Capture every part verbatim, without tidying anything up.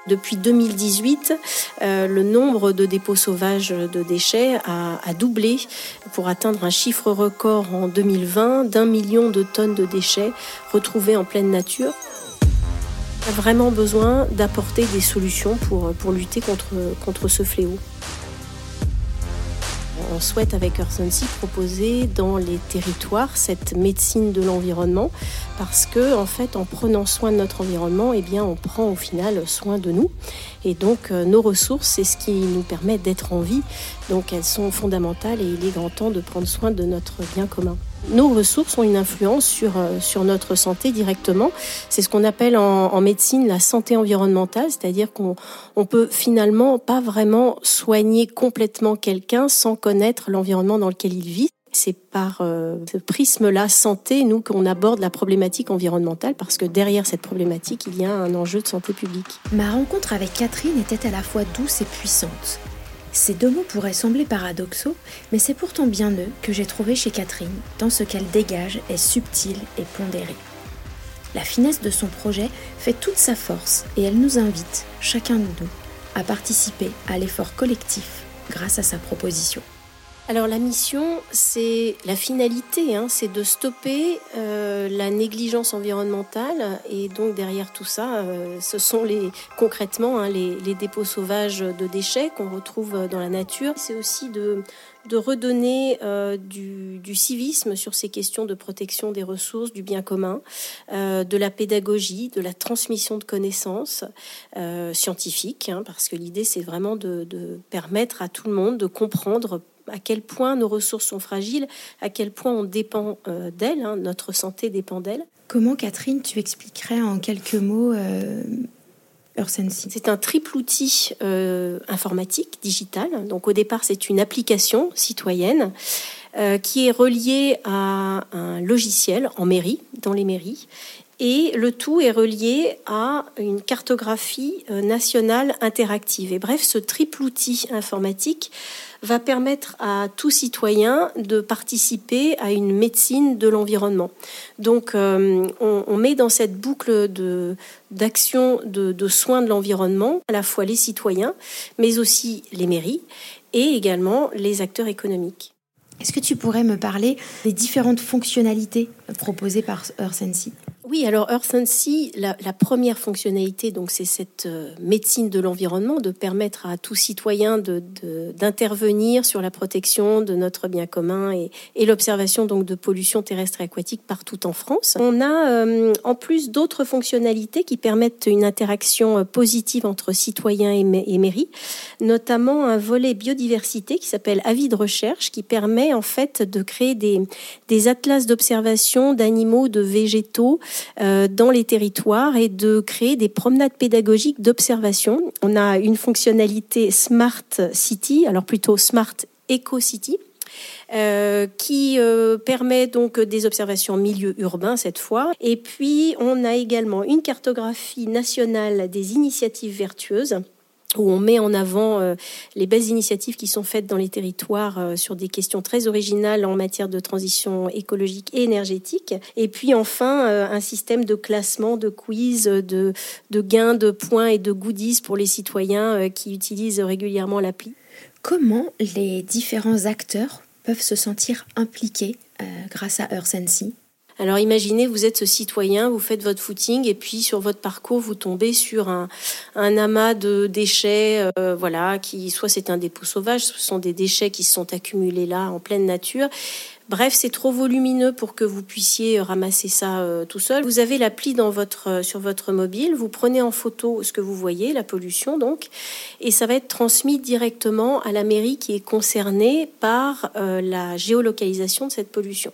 Depuis deux mille dix-huit, euh, le nombre de dépôts sauvages de déchets a, a doublé pour atteindre un chiffre record en deux mille vingt d'un million de tonnes de déchets retrouvés en pleine nature. On a vraiment besoin d'apporter des solutions pour, pour lutter contre, contre ce fléau. On souhaite avec Earth and Sea proposer dans les territoires cette médecine de l'environnement parce que en fait, en prenant soin de notre environnement, eh bien, on prend au final soin de nous. Et donc euh, nos ressources, c'est ce qui nous permet d'être en vie. Donc elles sont fondamentales et il est grand temps de prendre soin de notre bien commun. Nos ressources ont une influence sur, euh, sur notre santé directement. C'est ce qu'on appelle en, en médecine la santé environnementale, c'est-à-dire qu'on on peut finalement pas vraiment soigner complètement quelqu'un sans connaître l'environnement dans lequel il vit. C'est par euh, ce prisme-là, santé, nous, qu'on aborde la problématique environnementale, parce que derrière cette problématique, il y a un enjeu de santé publique. Ma rencontre avec Catherine était à la fois douce et puissante. Ces deux mots pourraient sembler paradoxaux, mais c'est pourtant bien eux que j'ai trouvé chez Catherine, tant ce qu'elle dégage est subtil et pondéré. La finesse de son projet fait toute sa force et elle nous invite, chacun de nous, à participer à l'effort collectif grâce à sa proposition. Alors la mission, c'est la finalité, hein, c'est de stopper euh, la négligence environnementale et donc derrière tout ça, euh, ce sont les, concrètement hein, les, les dépôts sauvages de déchets qu'on retrouve dans la nature. C'est aussi de, de redonner euh, du, du civisme sur ces questions de protection des ressources, du bien commun, euh, de la pédagogie, de la transmission de connaissances euh, scientifiques, hein, parce que l'idée c'est vraiment de, de permettre à tout le monde de comprendre à quel point nos ressources sont fragiles, à quel point on dépend euh, d'elles, hein, notre santé dépend d'elles. Comment, Catherine, tu expliquerais en quelques mots euh, Earth and Sea ? C'est un triple outil euh, informatique, digital. Donc au départ, c'est une application citoyenne euh, qui est reliée à un logiciel en mairie, dans les mairies. Et le tout est relié à une cartographie nationale interactive. Et bref, ce triple outil informatique va permettre à tout citoyen de participer à une médecine de l'environnement. Donc, euh, on, on met dans cette boucle de, d'action de, de soins de l'environnement à la fois les citoyens, mais aussi les mairies et également les acteurs économiques. Est-ce que tu pourrais me parler des différentes fonctionnalités proposées par Earth and Sea ? Oui, alors Earth and Sea, la, la première fonctionnalité, donc, c'est cette euh, médecine de l'environnement, de permettre à tout citoyen de, de, d'intervenir sur la protection de notre bien commun et, et l'observation donc de pollution terrestre et aquatique partout en France. On a euh, en plus d'autres fonctionnalités qui permettent une interaction positive entre citoyens et, ma- et mairie, notamment un volet biodiversité qui s'appelle Avis de recherche, qui permet en fait de créer des, des atlas d'observation d'animaux, de végétaux, Euh, dans les territoires et de créer des promenades pédagogiques d'observation. On a une fonctionnalité Smart City, alors plutôt Smart Eco City, Euh, qui euh, permet donc des observations en milieu urbain cette fois. Et puis, on a également une cartographie nationale des initiatives vertueuses, où on met en avant euh, les belles initiatives qui sont faites dans les territoires euh, sur des questions très originales en matière de transition écologique et énergétique. Et puis enfin, euh, un système de classement, de quiz, de, de gains de points et de goodies pour les citoyens euh, qui utilisent régulièrement l'appli. Comment les différents acteurs peuvent se sentir impliqués euh, grâce à Earth and Sea ? Alors imaginez, vous êtes ce citoyen, vous faites votre footing et puis sur votre parcours, vous tombez sur un, un amas de déchets, euh, voilà, qui soit c'est un dépôt sauvage, ce sont des déchets qui se sont accumulés là en pleine nature. Bref, c'est trop volumineux pour que vous puissiez ramasser ça euh, tout seul. Vous avez l'appli dans votre, euh, sur votre mobile, vous prenez en photo ce que vous voyez, la pollution donc, et ça va être transmis directement à la mairie qui est concernée par euh, la géolocalisation de cette pollution.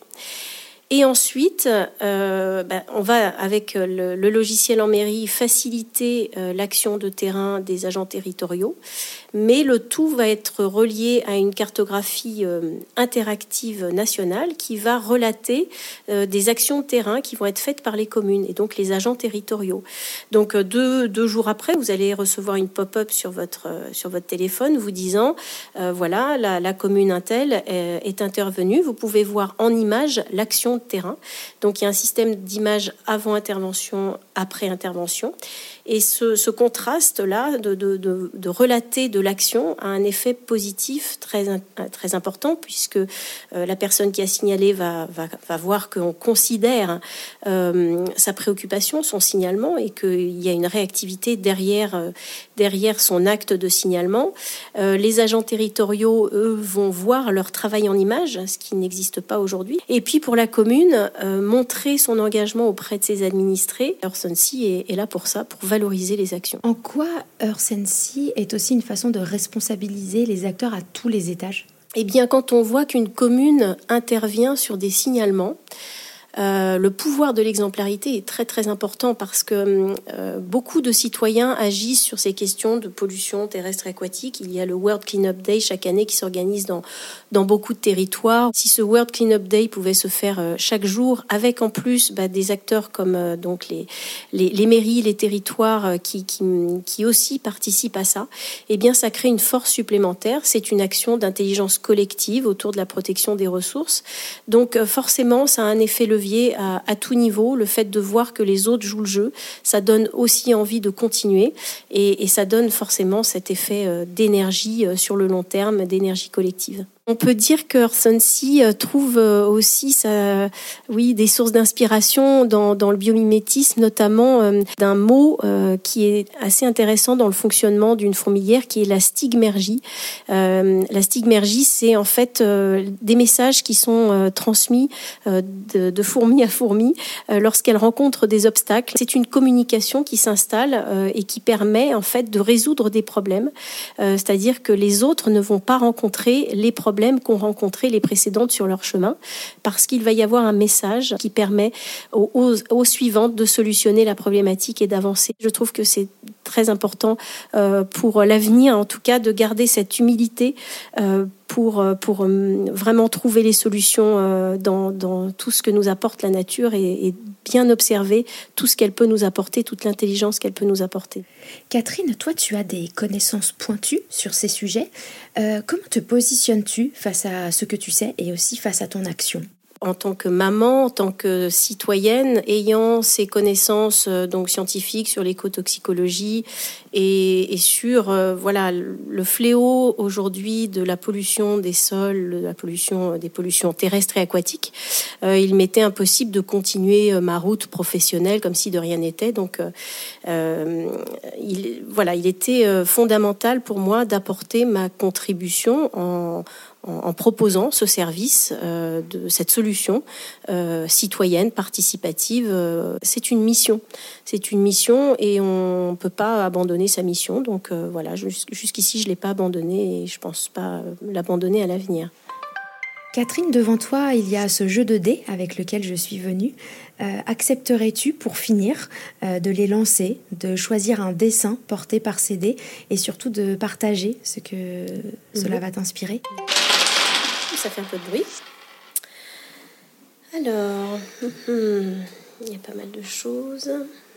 Et ensuite, euh, ben, on va, avec le, le logiciel en mairie, faciliter euh, l'action de terrain des agents territoriaux. Mais le tout va être relié à une cartographie euh, interactive nationale qui va relater euh, des actions de terrain qui vont être faites par les communes et donc les agents territoriaux. Donc deux, deux jours après, vous allez recevoir une pop-up sur votre, euh, sur votre téléphone vous disant euh, voilà, la, la commune Intel est, est intervenue. Vous pouvez voir en image l'action de terrain. Donc il y a un système d'image avant intervention, après intervention. Et ce, ce contraste-là de, de, de, de relater de l'action a un effet positif très, très important, puisque euh, la personne qui a signalé va, va, va voir qu'on considère euh, sa préoccupation, son signalement, et qu'il y a une réactivité derrière, euh, derrière son acte de signalement. Euh, les agents territoriaux, eux, vont voir leur travail en image, ce qui n'existe pas aujourd'hui. Et puis pour la commune, euh, montrer son engagement auprès de ses administrés. Earth and Sea est, est là pour ça, pour valoriser les actions. En quoi Earth and Sea est aussi une façon de responsabiliser les acteurs à tous les étages ? Eh bien, quand on voit qu'une commune intervient sur des signalements, Euh, le pouvoir de l'exemplarité est très très important parce que euh, beaucoup de citoyens agissent sur ces questions de pollution terrestre et aquatique. Il y a le World Cleanup Day chaque année qui s'organise dans, dans beaucoup de territoires. Si ce World Cleanup Day pouvait se faire euh, chaque jour, avec en plus bah, des acteurs comme euh, donc les, les, les mairies, les territoires euh, qui, qui, qui aussi participent à ça, eh bien ça crée une force supplémentaire. C'est une action d'intelligence collective autour de la protection des ressources. Donc euh, forcément, ça a un effet levier À, à tout niveau. Le fait de voir que les autres jouent le jeu, ça donne aussi envie de continuer et, et ça donne forcément cet effet euh, d'énergie euh, sur le long terme, d'énergie collective. On peut dire que Earth and Sea trouve aussi sa, oui, des sources d'inspiration dans, dans le biomimétisme, notamment euh, d'un mot euh, qui est assez intéressant dans le fonctionnement d'une fourmilière, qui est la stigmergie. Euh, la stigmergie, c'est en fait euh, des messages qui sont euh, transmis euh, de, de fourmi à fourmi euh, lorsqu'elle rencontre des obstacles. C'est une communication qui s'installe euh, et qui permet en fait de résoudre des problèmes. Euh, c'est-à-dire que les autres ne vont pas rencontrer les problèmes qu'ont rencontré les précédentes sur leur chemin, parce qu'il va y avoir un message qui permet aux, aux, aux suivantes de solutionner la problématique et d'avancer. Je trouve que c'est très important euh, pour l'avenir, en tout cas, de garder cette humilité euh, pour, pour vraiment trouver les solutions euh, dans, dans tout ce que nous apporte la nature et, et bien observer tout ce qu'elle peut nous apporter, toute l'intelligence qu'elle peut nous apporter. Catherine, toi, tu as des connaissances pointues sur ces sujets. Euh, comment te positionnes-tu face à ce que tu sais et aussi face à ton action ? En tant que maman, en tant que citoyenne, ayant ces connaissances euh, donc scientifiques sur l'écotoxicologie et, et sur euh, voilà le fléau aujourd'hui de la pollution des sols, de la pollution des pollutions terrestres et aquatiques, euh, il m'était impossible de continuer ma route professionnelle comme si de rien n'était. Donc euh, il voilà, il était fondamental pour moi d'apporter ma contribution en en proposant ce service, euh, de cette solution euh, citoyenne, participative. Euh, c'est une mission. C'est une mission et on ne peut pas abandonner sa mission. Donc euh, voilà, jusqu'ici, je ne l'ai pas abandonnée et je ne pense pas l'abandonner à l'avenir. Catherine, devant toi, il y a ce jeu de dés avec lequel je suis venue. Euh, accepterais-tu, pour finir, euh, de les lancer, de choisir un dessin porté par ces dés et surtout de partager ce que mmh. cela va t'inspirer ? Ça fait un peu de bruit. Alors, hum, il y a pas mal de choses.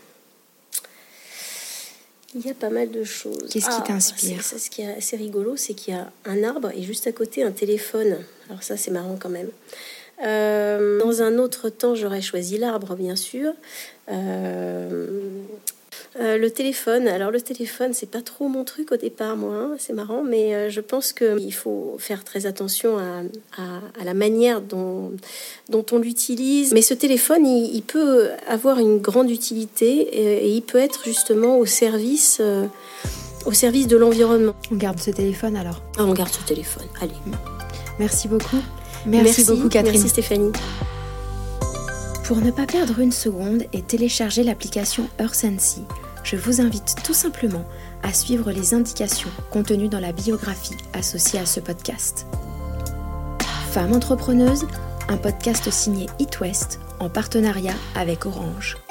Il y a pas mal de choses. Qu'est-ce ah, qui t'inspire ? c'est, c'est, Ce qui est assez rigolo, c'est qu'il y a un arbre et juste à côté un téléphone. Alors ça, c'est marrant quand même. Euh, dans un autre temps, j'aurais choisi l'arbre, bien sûr. Euh, Euh, le téléphone, alors le téléphone, c'est pas trop mon truc au départ, moi, hein, c'est marrant, mais euh, je pense qu'il faut faire très attention à, à, à la manière dont, dont on l'utilise. Mais ce téléphone, il, il peut avoir une grande utilité et, et il peut être justement au service, euh, au service de l'environnement. On garde ce téléphone alors ? Ah, on garde ce téléphone, allez. Merci beaucoup. Merci, Merci beaucoup, Catherine. Merci, Stéphanie. Pour ne pas perdre une seconde et télécharger l'application Earth and Sea, je vous invite tout simplement à suivre les indications contenues dans la biographie associée à ce podcast. Femme entrepreneuse, un podcast signé It West en partenariat avec Orange.